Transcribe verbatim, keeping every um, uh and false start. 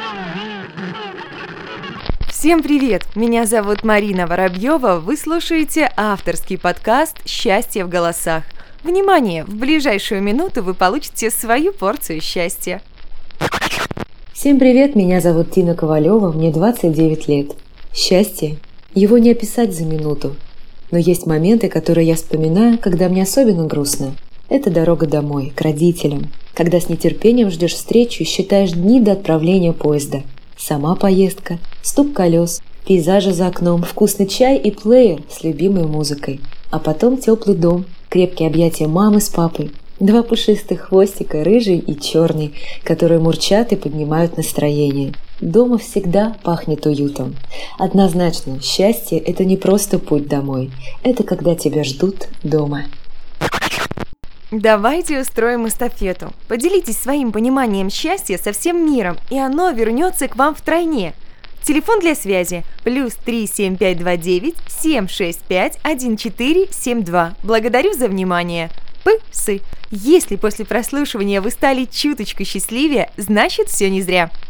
Всем привет! Меня зовут Марина Воробьева. Вы слушаете авторский подкаст «Счастье в голосах». Внимание! В ближайшую минуту вы получите свою порцию счастья. Всем привет! Меня зовут Тина Ковалева, мне двадцать девять лет. Счастье? Его не описать за минуту. Но есть моменты, которые я вспоминаю, когда мне особенно грустно. Это дорога домой, к родителям, когда с нетерпением ждешь встречу и считаешь дни до отправления поезда. Сама поездка, стук колес, пейзажи за окном, вкусный чай и плеер с любимой музыкой. А потом теплый дом, крепкие объятия мамы с папой, два пушистых хвостика, рыжий и черный, которые мурчат и поднимают настроение. Дома всегда пахнет уютом. Однозначно, счастье – это не просто путь домой, это когда тебя ждут дома. Давайте устроим эстафету. Поделитесь своим пониманием счастья со всем миром, и оно вернется к вам втройне. Телефон для связи плюс три семь пять два девять семь шесть пять один четыре семь два. Благодарю за внимание. Псы. Если после прослушивания вы стали чуточку счастливее, значит все не зря.